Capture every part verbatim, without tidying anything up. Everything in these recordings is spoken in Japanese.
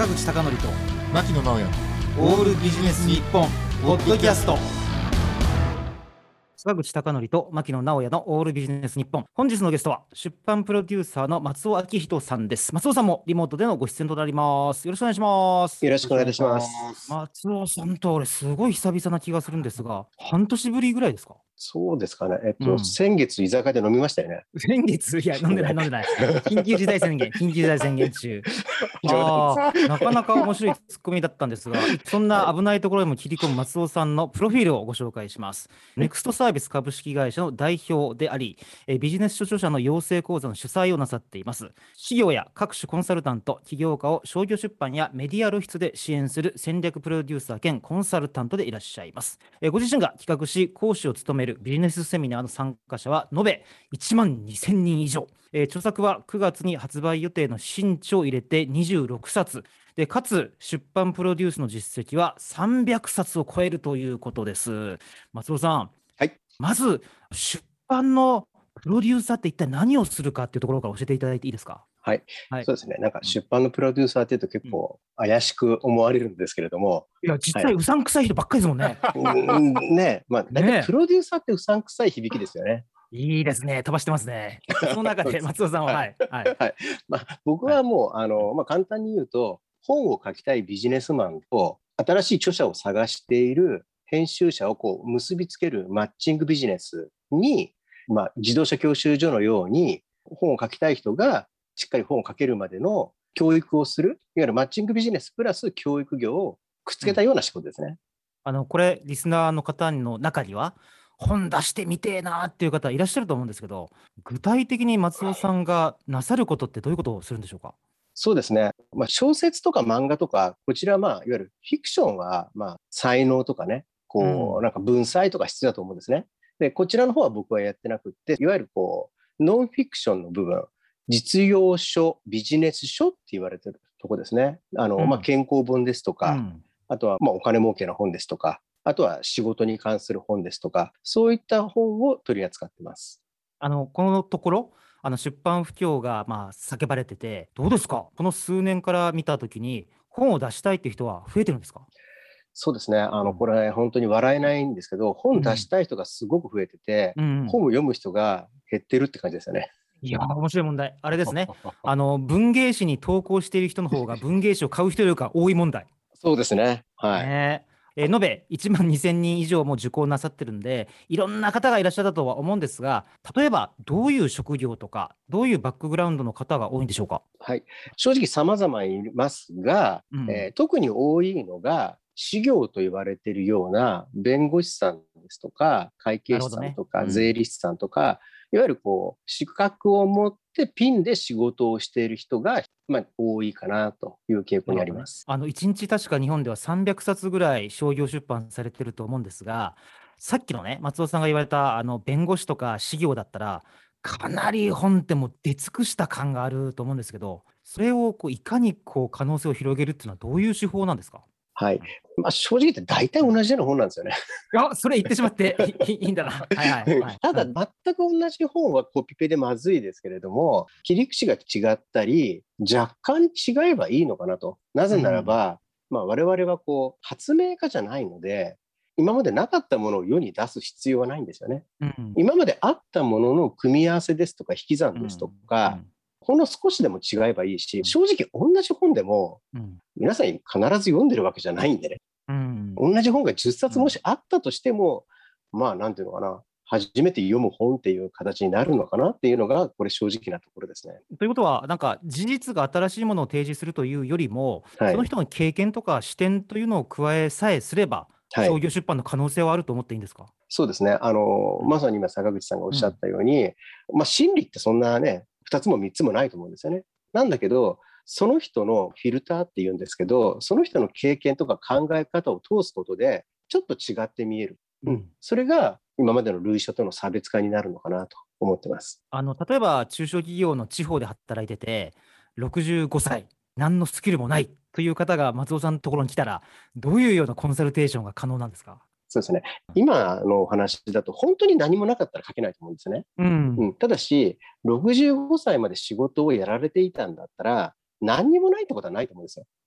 坂口孝則と牧野直哉オールビジネス日本ポッドキャスト。坂口孝則と牧野直哉のオールビジネス日本。本日のゲストは出版プロデューサーの松尾明人さんです。松尾さんもリモートでのご出演となります。よろしくお願いします。 よろしくお願いいたします。 松尾さんと俺すごい久々な気がするんですが、半年ぶりぐらいですか？ そうですかね。えっと、 うん先月居酒屋で飲みましたよね。 先月、いや、飲んでない、飲んでない。緊急事態宣言、緊急事態宣言中。あーなかなか面白いツッコミだったんですが、そんな危ないところにも切り込む松尾さんのプロフィールをご紹介します。ネクストサービス株式会社の代表であり、えビジネス書著者の養成講座の主催をなさっています。事業や各種コンサルタント、起業家を商業出版やメディア露出で支援する戦略プロデューサー兼コンサルタントでいらっしゃいます。えご自身が企画し、講師を務めるビジネスセミナーの参加者は延べいちまんにせんにん以上。えー著作はくがつに発売予定の新著を入れてにじゅうろくさつで、かつ出版プロデュースの実績はさんびゃくさつを超えるということです。松尾さん、 はい。 まず出版のプロデューサーって一体何をするかっていうところから教えていただいていいですか？ はい。 はいそうですね。なんか出版のプロデューサーっていうと結構怪しく思われるんですけれども、 いや、実際うさんくさい人ばっかりですもんね。 うんね、まあ、大ねえ体プロデューサーってうさんくさい響きですよね。 いいですね、飛ばしてますね。その中で松尾さんは、はい、はい。 はい。まあ、僕はもう、あの、まあ、簡単に言うと、本を書きたいビジネスマンと新しい著者を探している編集者をこう結びつけるマッチングビジネスに、まあ、自動車教習所のように本を書きたい人がしっかり本を書けるまでの教育をする、いわゆるマッチングビジネスプラス教育業をくっつけたような仕事ですね。 あのこれリスナーの方の中には本出してみてえなっていう方いらっしゃると思うんですけど、具体的に松尾さんがなさることってどういうことをするんでしょうか？ そうですね。まあ、小説とか漫画とか、こちらはまあ、いわゆるフィクションは、まあ、才能とかね、こう、 うんなんか文才とか必要だと思うんですね。で、こちらの方は僕はやってなくって、いわゆるこう、ノンフィクションの部分、実用書、ビジネス書って言われてるとこですね。あの、 うんまあ、健康本ですとか、 うんあとはまあお金儲けの本ですとか、あとは仕事に関する本ですとか、そういった本を取り扱ってます。 あのこのところあの出版不況がまあ叫ばれてて、どうですか？この数年から見たときに本を出したいっていう人は増えてるんですか？ そうですね。あの、 うんこれ本当に笑えないんですけど、本出したい人がすごく増えてて、 うんうん本を読む人が減ってるって感じですよね。 いやー面白い問題。あれですね。あの文芸誌に投稿している人の方が文芸誌を買う人よりか多い問題。 そうですね。はい。 ねえー延べいちまんにせんにん以上も受講なさってるんで、いろんな方がいらっしゃったとは思うんですが、例えばどういう職業とかどういうバックグラウンドの方が多いんでしょうか？ はい。正直様々いますが、 うんえー特に多いのが、私業と言われているような弁護士さんですとか、会計士さんとか、 なるほどねうん税理士さんとか、いわゆるこう、資格を持ってピンで仕事をしている人が、まあ、多いかなという傾向にあります。 あのいちにち確か日本ではさんびゃくさつぐらい商業出版されてると思うんですが、さっきのね松尾さんが言われたあの弁護士とか事業だったらかなり本ってもう出尽くした感があると思うんですけど、それをこういかにこう可能性を広げるっていうのはどういう手法なんですか？ はい。まあ、正直言って大体同じような本なんですよね。 あ、それ言ってしまっていいいいんだな。はいはいはい。 ただ、 うん全く同じ本はコピペでまずいですけれども、切り口が違ったり、若干違えばいいのかなと。なぜならば、まあ、我々はこう、発明家じゃないので、今までなかったものを世に出す必要はないんですよね。 うん今まであったものの組み合わせですとか引き算ですとか、ほんの少しでも違えばいいし、正直同じ本でもうんうん皆さん必ず読んでるわけじゃないんでね。 うん同じ本がじゅっさつもしあったとしても、まあなんていうのかな、初めて読む本っていう形になるのかなっていうのが、これ正直なところですね。 ということは、なんか事実が新しいものを提示するというよりも、 はいその人の経験とか視点というのを加えさえすれば、 はい商業出版の可能性はあると思っていいんですか？ そうですね。あの、 うんまさに今坂口さんがおっしゃったように、まあ真理ってそんなね、ふたつもみっつもないと思うんですよね。なんだけど、その人のフィルターっていうんですけど、その人の経験とか考え方を通すことで、ちょっと違って見える。 ううんん。それが今までの類書との差別化になるのかなと思ってます。 あの例えば中小企業の地方で働いてて、ろくじゅうごさい、何のスキルもないという方が松尾さんのところに来たら、どういうようなコンサルテーションが可能なんですか？ そうですね。今のお話だと、本当に何もなかったら書けないと思うんですね。 うんうん、ただし、ろくじゅうごさいまで仕事をやられていたんだったら、何にもないってことはないと思うんですよ。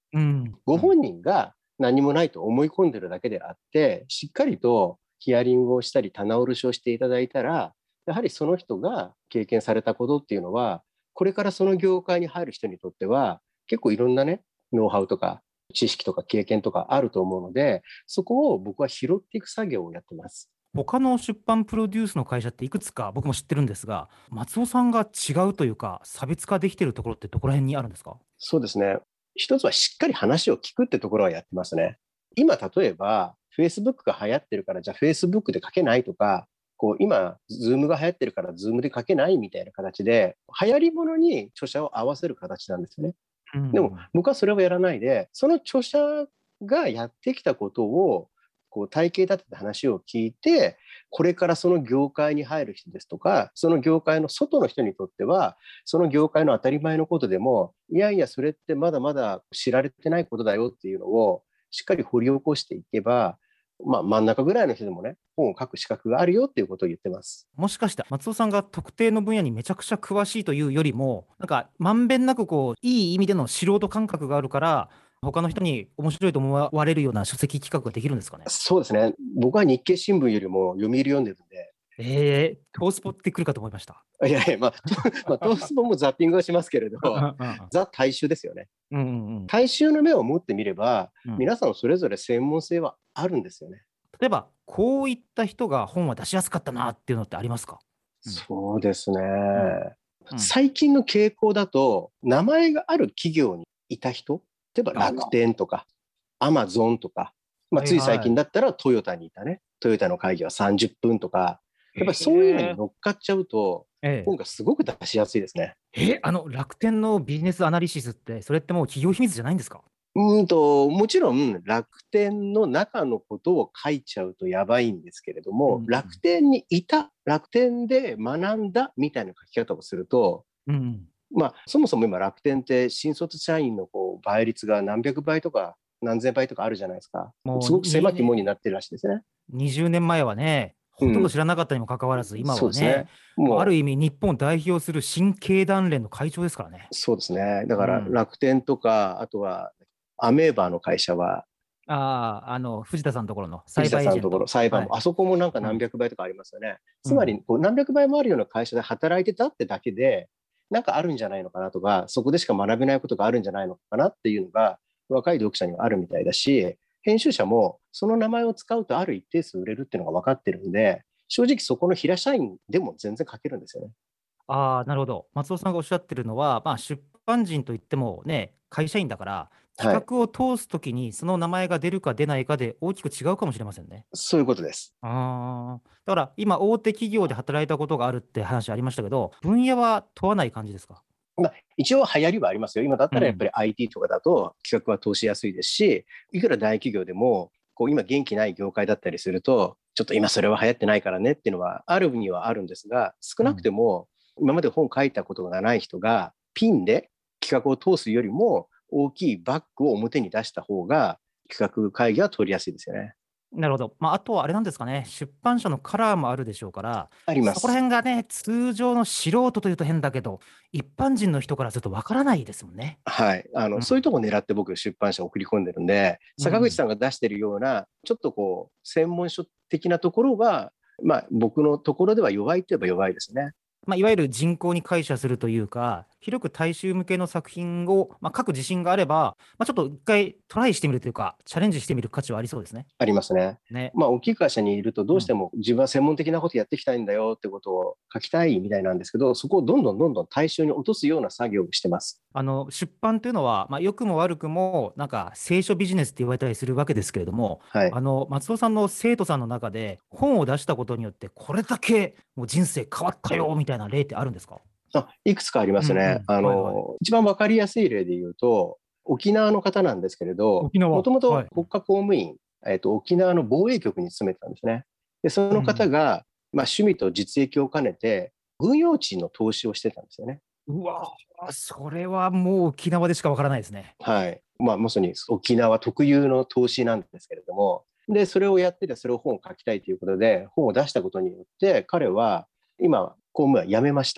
うん、 ご本人が何もないと思い込んでるだけであって、しっかりとヒアリングをしたり棚卸しをしていただいたら、やはりその人が経験されたことっていうのは、これからその業界に入る人にとっては結構いろんなね、ノウハウとか知識とか経験とかあると思うので、そこを僕は拾っていく作業をやってます。 他の出版プロデュースの会社っていくつか僕も知ってるんですが、松尾さんが違うというか、差別化できてるところってどこら辺にあるんですか？ そうですね。一つはしっかり話を聞くってところはやってますね。今、例えば、Facebook が流行ってるから、じゃあ Facebook で書けないとか、こう今、Zoom が流行ってるから Zoom で書けないみたいな形で、流行り物に著者を合わせる形なんですよね。でもうん、 僕はそれをやらないで、その著者がやってきたことをこう体系立てた話を聞いて、これからその業界に入る人ですとか、その業界の外の人にとっては、その業界の当たり前のことでも、いやいや、それってまだまだ知られてないことだよっていうのをしっかり掘り起こしていけば、まあ、真ん中ぐらいの人でもね、本を書く資格があるよっていうことを言ってます。 もしかして松尾さんが特定の分野にめちゃくちゃ詳しいというよりも、なんかまんべんなくこういい意味での素人感覚があるから、他の人に面白いと思われるような書籍企画ができるんですかね？ そうですね。僕は日経新聞よりも読売読んでるんで、 ええー、トースポってくるかと思いました。 いやいや、まあ、まあ、トースポもザッピングはしますけれど、 うんうんザ大衆ですよね。 うんうんうん。 大衆の目を持ってみれば、 うん、 皆さんそれぞれ専門性はあるんですよね。 例えばこういった人が本は出しやすかったなっていうのってありますか？うん、 そうですね。 うんうん。 最近の傾向だと、名前がある企業にいた人、例えば楽天とか、アマゾンとか、まあ、つい最はいはい。 近だったらトヨタにいたね、トヨタの会議はさんじゅっぷんとか、やっぱりそういうのにええ。 乗っかっちゃうと、 ええ。 本がすごく出しやすいですね。 え、あの楽天のビジネスアナリシスって、それってもう企業秘密じゃないんですか？ うんと、もちろん楽天の中のことを書いちゃうとやばいんですけれども、 うん、 楽天にいた、楽天で学んだみたいな書き方をすると、 うん。 まあ、そもそも今楽天って新卒社員のこう倍率が何百倍とか何千倍とかあるじゃないですか。 もうすごく狭き門にになってるらしいですね。 にじゅうねんまえはね、ほとんどうん。 知らなかったにもかかわらず、今はね、 そうですね。ももうある意味日本を代表する新経団連の会長ですからね。 う、そうですね。だからうん。 楽天とか、あとはアメーバの会社はああ、あの藤田さんのところのサイ藤田バーエージェント。 さんのところ、裁判はい。 も、あそこもなんかうん。 何百倍とかありますよね。つまうん。 りこう何百倍もあるような会社で働いてたってだけで、なんかあるんじゃないのかなとか、そこでしか学べないことがあるんじゃないのかなっていうのが、若い読者にはあるみたいだし、編集者もその名前を使うとある一定数売れるっていうのが分かってるんで、正直そこの平社員でも全然書けるんですよね。 ああ、なるほど。松尾さんがおっしゃってるのは、まあ、出版人といってもね、会社員だから、 はい。 企画を通すときにその名前が出るか出ないかで大きく違うかもしれませんね。 そういうことです。 ああ、だから今大手企業で働いたことがあるって話ありましたけど、分野は問わない感じですか？ まあ、一応流行りはありますよ。今だっうん。 たらやっぱり アイティー とかだと企画は通しやすいですし、いくら大企業でも、こう今元気ない業界だったりすると、ちょっと今それは流行ってないからねっていうのはあるにはあるんですが、少なくうん。 ても今まで本書いたことがない人がピンで企画を通すよりも大きいバッグを表に出した方が企画会議は取りやすいですよね。 なるほど。まあ、あとはあれなんですかね、出版社のカラーもあるでしょうから、そこらあります。 辺がね、通常の素人というと変だけど、一般人の人からするとわからないですもんね。 はい。あの、 うん。 そういうとこを狙って僕出版社を送り込んでるんで、坂口うん。 さんが出してるような、ちょっとこう、専門書的なところは、まあ僕のところでは弱いといえば弱いですね。 まあ、いわゆる人口に膾炙するというか、広く大衆向けの作品を、まあ、書く自信があれば、まあ、ちょっと一回トライしてみるというか、チャレンジしてみる価値はありそうですね。 ありますね。 ね。 まあ大きい会社にいるとどうん。 うしても自分は専門的なことやっていきたいんだよってことを書きたいみたいなんですけど、そこをどんどんどんどん大衆に落とすような作業をしてます。 あの出版というのは、まあ、良くも悪くも、なんか聖書ビジネスって言われたりするわけですけれども、 はい。 あの松尾さんの生徒さんの中で、本を出したことによって、これだけもう人生変わったよみたいな例ってあるんですか？ あ、いくつかありますね。 うんうん。 あはいはい。 の、一番わかりやすい例で言うと、沖縄の方なんですけれど、 沖縄。 もともはい。 と国家公務員、えっと、沖縄の防衛局に勤めてたんですね。で、その方うん。 が、まあ、趣味と実益を兼ねて、軍用地の投資をしてたんですよね。 うわー、それはもう沖縄でしかわからないですね。 はい。まあ、まさに沖縄特有の投資なんですけれども、で、それをやってて、それを本を書きたいということで、本を出したことによって、彼は今、公務は辞めました。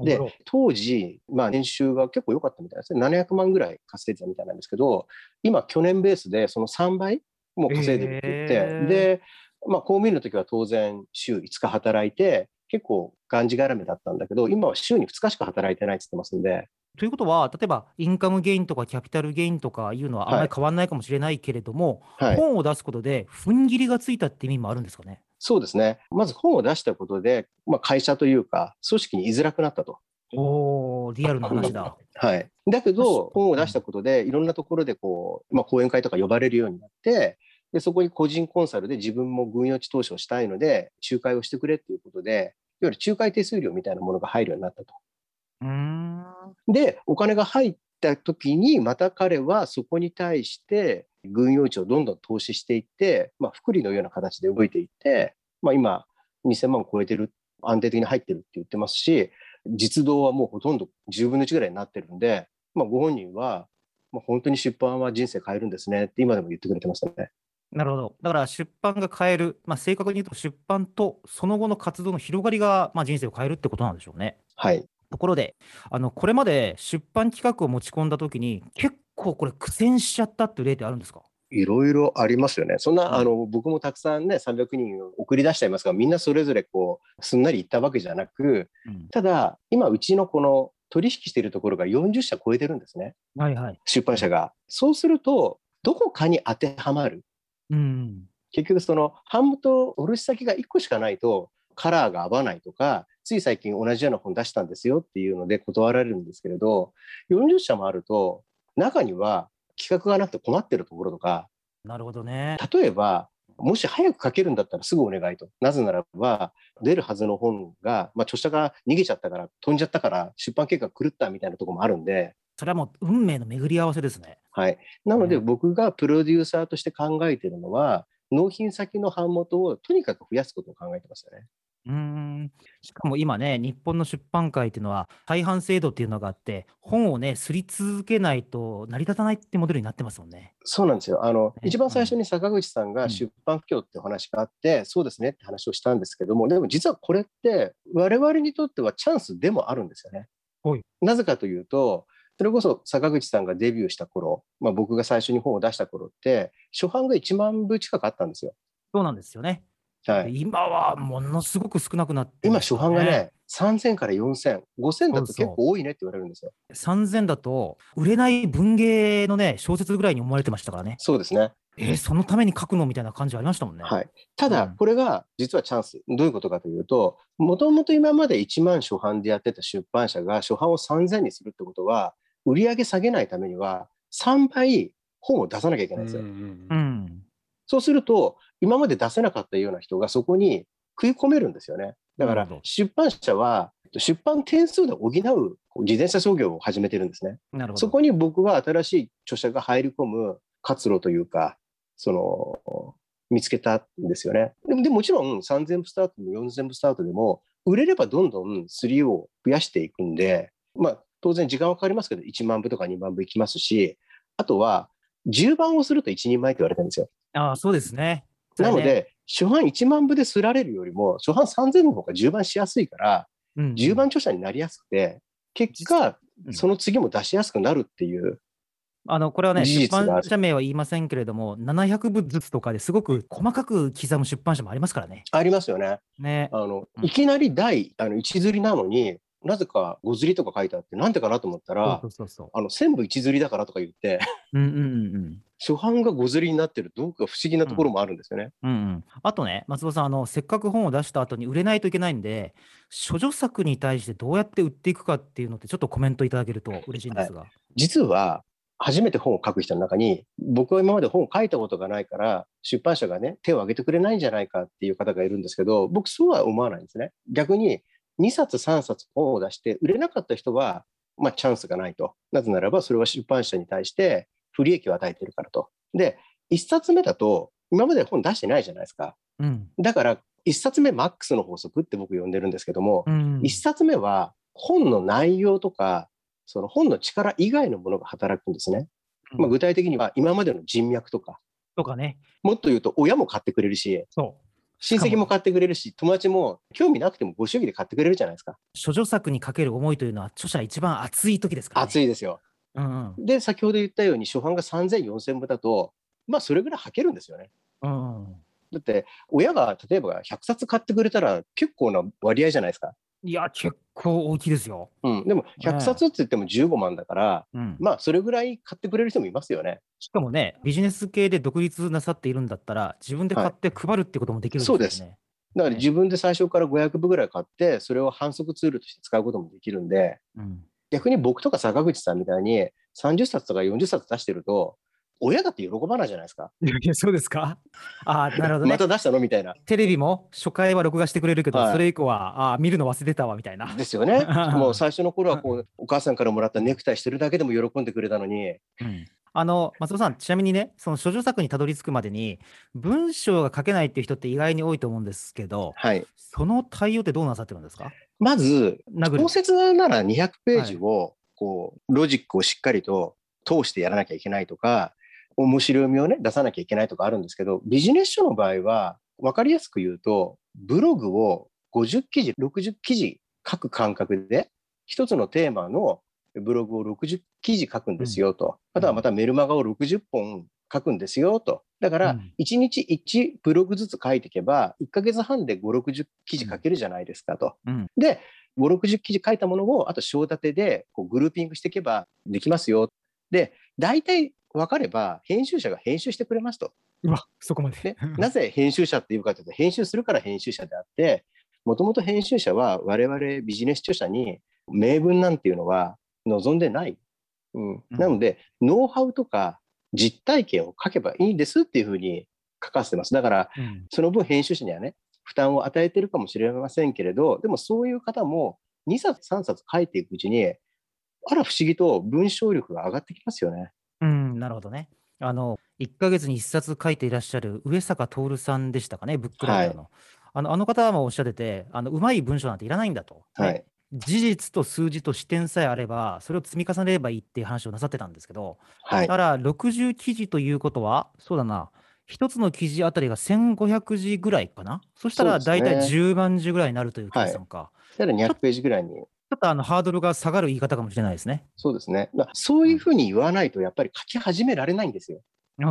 で、当時、まあ、年収が結構良かったみたいですね。ななひゃくまんぐらい稼いでたみたいなんですけど、今、去年ベースでそのさんばいもう稼いでるって言って、 えー、 で、まあ、公務員の時は当然週いつか働いて、結構がんじがらめだったんだけど、今は週にふつかしか働いてないって言ってますんで。 ということは、例えばインカムゲインとかキャピタルゲインとかいうのはあんまりはい。 変わらないかもしれないけれども、 はい。 本を出すことで踏ん切りがついたって意味もあるんですかね。 そうですね。まず本を出したことで、まあ、会社というか、組織に居づらくなったと。 おー、リアルな話だ。 はい。だけ確ど、 か本を出したことで、いろんなところでこう、まあ、講演会とか呼ばれるようになって、で、そこに個人コンサルで自分も軍用地投資をしたいので、仲介をしてくれっていうことで、いわゆる仲介手数料みたいなものが入るようになったと。 うーん。 で、お金が入った時に、また彼はそこに対して、軍用地をどんどん投資していって、まあ、複利のような形で動いていって、まあ、今、にせんまんを超えてる、安定的に入ってるって言ってますし、実動はもうほとんどじゅうぶんのいちぐらいになってるんで、まあ、ご本人は、まあ、本当に出版は人生変えるんですねって今でも言ってくれてますね。 なるほど。だから出版が変える、まあ、正確に言うと出版とその後の活動の広がりが、まあ、人生を変えるってことなんでしょうね。 はい。 ところで、あのこれまで出版企画を持ち込んだときに、結構これ苦戦しちゃったっていう例ってあるんですか？ いろいろありますよね。そんな、 うん、 あの、僕もたくさんね、さんびゃくにんを送り出しちゃいますが、みんなそれぞれこう、すんなりいったわけじゃなく、 うん、 ただ、今、うちのこの取引しているところがよんじゅっしゃ超えてるんですね。 はいはい。 出版社が。そうすると、どこかに当てはまる。 うん、 結局、その、版元、卸先がいっこしかないと、カラーが合わないとか、つい最近同じような本出したんですよっていうので断られるんですけれど、よんじゅっしゃもあると、中には企画がなくて困ってるところとか、 なるほどね。 例えば、もし早く書けるんだったらすぐお願いと。なぜならば、出るはずの本が、まあ、著者が逃げちゃったから、飛んじゃったから、出版計画狂ったみたいなところもあるんで、 それはもう運命の巡り合わせですね。 はい。なので、 ね、 僕がプロデューサーとして考えているのは、納品先の版元をとにかく増やすことを考えてますよね。 うーん。しかも今ね、日本の出版界っていうのは、再版制度っていうのがあって、本をね、すり続けないと成り立たないってモデルになってますもんね。 そうなんですよ。あの、 ね、 一番最初に坂口さんうん、 が出版不況ってお話があって、そうですねって話をしたんですけども、でも実はこれって我々にとってはチャンスでもあるんですよね。 はい。 なぜかというと、それこそ坂口さんがデビューした頃、まあ、僕が最初に本を出した頃って、初版がいちまんぶ近くあったんですよ。 そうなんですよね。 はい。 で今はものすごく少なくなって今、初ますからね。 版がね、さんぜんからよんせん、ごせんだと結そうそ構多いねって言われるんですよ。 う。さんぜんだと、売れない文芸のね、小説ぐらいに思われてましたからね。 そうですね。 えーそのために書くのみたいな感じありましたもんね。 はい。ただ、 うん、 これが実はチャンス。どういうことかというと、もともと今までいちまん初版でやってた出版社が初版をさんぜんにするってことは、売り上げ下げないためには、さんばい本を出さなきゃいけないんですよ。 うん。 そうすると、今まで出せなかったような人がそこに食い込めるんですよね。だから、 なるほど。 出版社は出版点数で補う自転車操業を始めてるんですね。 なるほど。 そこに僕は新しい著者が入り込む活路というか、その、見つけたんですよね。でも、でもちろんさんぜんぶスタートでもよんせんぶスタートでも、売れればどんどんスリーを増やしていくんで、まあ、当然時間はかかりますけど、いちまんぶとかにまんぶいきますし、あとは、じゅうばんをすると一人前って言われてるんですよ。 ああ、そうですね。それね、 なので、初版いちまんぶですられるよりも、初版さんぜんの方がじゅうばんしやすいから、 うんうん、 じゅうばん著者になりやすくて、結果、 うん、 その次も出しやすくなるっていうあのこれはね、出事実がある。 版社名は言いませんけれども、ななひゃくぶずつとかですごく細かく刻む出版社もありますからね。 ありますよね。 ね。 あの、 うん、 いきなり第あのいち刷りなのに、なぜかご刷りとか書いてあって、なんでかなと思ったら、 そうそうそうあの線部いち刷りだからとか言って、 うんうんうんうん。 初版がご刷りになってる、どうか不思議なところもあるんですよね。 うんうん、あとね、松尾さん、あのせっかく本を出した後に売れないといけないんで、処女作に対してどうやって売っていくかっていうのって、ちょっとコメントいただけると嬉しいんですが。 はい、実は、初めて本を書く人の中に、僕は今まで本を書いたことがないから、出版社がね、手を挙げてくれないんじゃないかっていう方がいるんですけど、僕そうは思わないんですね。逆に、にさつさんさつ本を出して売れなかった人は、まあチャンスがないと。なぜならば、それは出版社に対して不利益を与えているからと。で、いっさつめだと、今まで本出してないじゃないですか。 うん、 だから、いっさつめマックスの法則って僕呼んでるんですけども、 うん、 いっさつめは本の内容とか、その本の力以外のものが働くんですね。まあ、具体的には今までの人脈とか、 とかね。 もっと言うと親も買ってくれるし、 そう。 親戚も買ってくれるし、友達も興味なくてもご祝儀で買ってくれるじゃないですか。 処女作にかける思いというのは著者一番熱い時ですからね。 熱いですよ。 うんうん、 で、先ほど言ったように初版がさんぜん、よんせんぶだと、まあそれぐらいはけるんですよね。 うんうん、 だって親が例えばひゃくさつ買ってくれたら結構な割合じゃないですか。 いや、結構大きいですよ。 うん、でもひゃくさつって言ってもじゅうごまんだから、 うん、 まあそれぐらい買ってくれる人もいますよね。 しかもね、ビジネス系で独立なさっているんだったら、自分で買って配るってこともできるでしょうね。 そうです。だから自分で最初からごひゃくぶぐらい買って、それを反則ツールとして使うこともできるんで、うん、逆に僕とか坂口さんみたいにさんじゅっさつとかよんじゅっさつ出してると、親だって喜ばないじゃないですか。 いや、そうですか。ああ、なるほどね。 また出したのみたいな。 テレビも初回は録画してくれるけど、 はい、 それ以降はあ見るの忘れてたわみたいな。 ですよね。もう最初の頃はこうお母さんからもらったネクタイしてるだけでも喜んでくれたのに。 うん、あの松尾さん、ちなみにね、その処女作にたどり着くまでに文章が書けないっていう人って意外に多いと思うんですけど、 はい、 その対応ってどうなさってるんですか？ まず小説ならにひゃくページをこうロジックをしっかりと通してやらなきゃいけないとか、面白みをね出さなきゃいけないとかあるんですけど、ビジネス書の場合は分かりやすく言うと、ブログをごじゅっきじろくじゅっきじ書く感覚で一つのテーマのブログをろくじゅっきじ書くんですよと、うん、あとはまたメルマガをろくじゅっぽん書くんですよと。だからいちにちいちブログずつ書いていけばいっかげつはんでごじゅうろくじゅっきじ書けるじゃないですかと、うん、でごじゅうろくじゅっきじ書いたものをあと章立てでこうグルーピングしていけばできますよ。で大体分かれば編集者が編集してくれますと。 うわ、そこまで。 でなぜ編集者っていうかというと、編集するから編集者であって、もともと編集者は我々ビジネス著者に名文なんていうのは望んでない。うん、なので、うん、ノウハウとか実体験を書けばいいんですっていうふうに書かせてます。だから、うん、その分編集者にはね、負担を与えてるかもしれませんけれど、でもそういう方もにさつさんさつ書いていくうちに、あら不思議と文章力が上がってきますよね。 うん、なるほどね。あのいっかげつにいっさつ書いていらっしゃる上坂徹さんでしたかね、ブックライターの。はい、あのあの方もおっしゃってて、あのうまい文章なんていらないんだと、ね、はい、事実と数字と視点さえあれば、それを積み重ねればいいっていう話をなさってたんですけど、はい、だからろくじゅうきじということは、そうだな、ひとつの記事あたりがせんごひゃくじぐらいかな。そしたら大体じゅうまんじぐらいになるという計算か。 はい、だからにひゃくページぐらいに。 ちょっとあのハードルが下がる言い方かもしれないですね。 そうですね。そういうふうに言わないと、やっぱり書き始められないんですよ。 うん、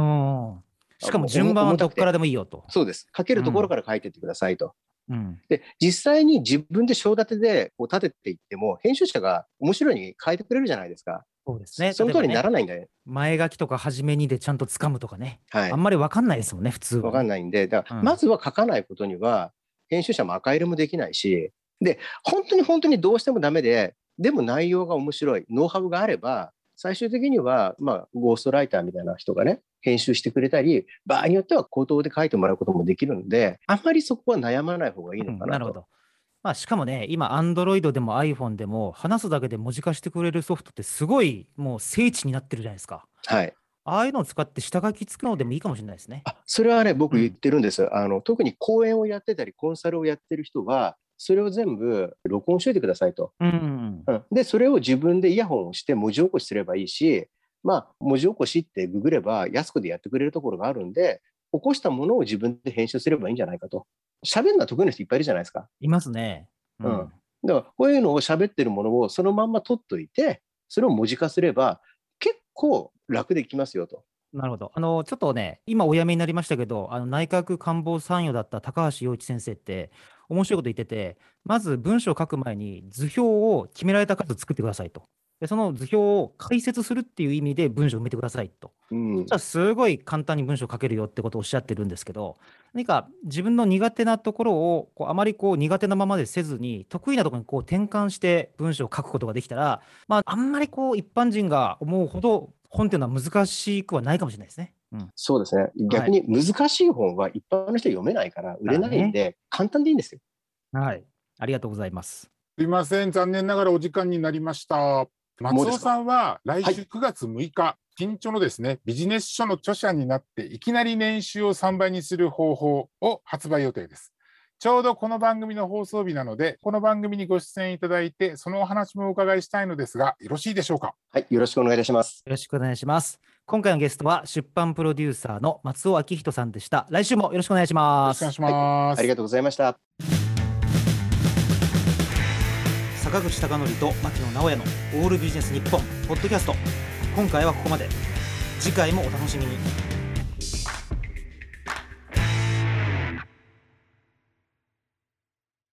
しかも順番はどこからでもいいよと。 そうです。書けるところから書いていってくださいと。 うん、 で実際に自分で章立てでこう立てていっても、編集者が面白いに変えてくれるじゃないですか。 そうですね。 その通りにならないんだよ、ね。 前書きとか初めにでちゃんと掴むとかね。 はい、 あんまり分かんないですもんね、普通は、ね。 分かんないんで、だからまずは書かないことには、編集者も赤入れもできないし、で本当に本当にどうしてもダメで、でも内容が面白い、ノウハウがあれば、最終的には、まあ、ゴーストライターみたいな人がね、編集してくれたり、場合によっては口頭で書いてもらうこともできるので、あんまりそこは悩まない方がいいのかなと。うん、 なるほど。まあ、しかもね、今、Android でも iPhone でも、話すだけで文字化してくれるソフトってすごいもう聖地になってるじゃないですか。 はい。 ああいうのを使って下書き作るのでもいいかもしれないですね。 あ、それはね、僕言ってるんです。うん、あの特に講演をやってたり、コンサルをやってる人は、それを全部録音しといてくださいと。うんうん、で、それを自分でイヤホンをして文字起こしすればいいし、まあ、文字起こしってググれば安くでやってくれるところがあるんで、起こしたものを自分で編集すればいいんじゃないかと。喋るのは得意な人いっぱいいるじゃないですか。 いますね。 うん。うん、だからこういうのを喋ってるものをそのまんま取っといて、それを文字化すれば結構楽できますよと。 なるほど。あのちょっとね、今お辞めになりましたけど、あの内閣官房参与だった高橋洋一先生って面白いこと言ってて、まず文章を書く前に図表を決められた数作ってくださいと。でその図表を解説するっていう意味で文章を埋めてくださいと。うん、そしたらすごい簡単に文章を書けるよってことをおっしゃってるんですけど、何か自分の苦手なところをこうあまりこう苦手なままでせずに、得意なところにこう転換して文章を書くことができたら、まあ、あんまりこう一般人が思うほど本っていうのは難しくはないかもしれないですね。 うん、そうですね。逆に難しい本は一般の人読めないから売れないんで、ね、簡単でいいんですよ。 はい。ありがとうございます。 すいません。残念ながらお時間になりました。松尾さんは来週くがつむいか、はい、新著のですね、ビジネス書の著者になっていきなり年収をさんばいにする方法を発売予定です。ちょうどこの番組の放送日なので、この番組にご出演いただいて、そのお話もお伺いしたいのですが、よろしいでしょうか。 はい、よろしくお願いいたします。 よろしくお願いします。 今回のゲストは出版プロデューサーの松尾明人さんでした。来週もよろしくお願いします。 よろしくお願いします、 はい、ありがとうございました。 坂口孝則と牧野直哉のオールビジネス日本ポッドキャスト、今回はここまで。次回もお楽しみに。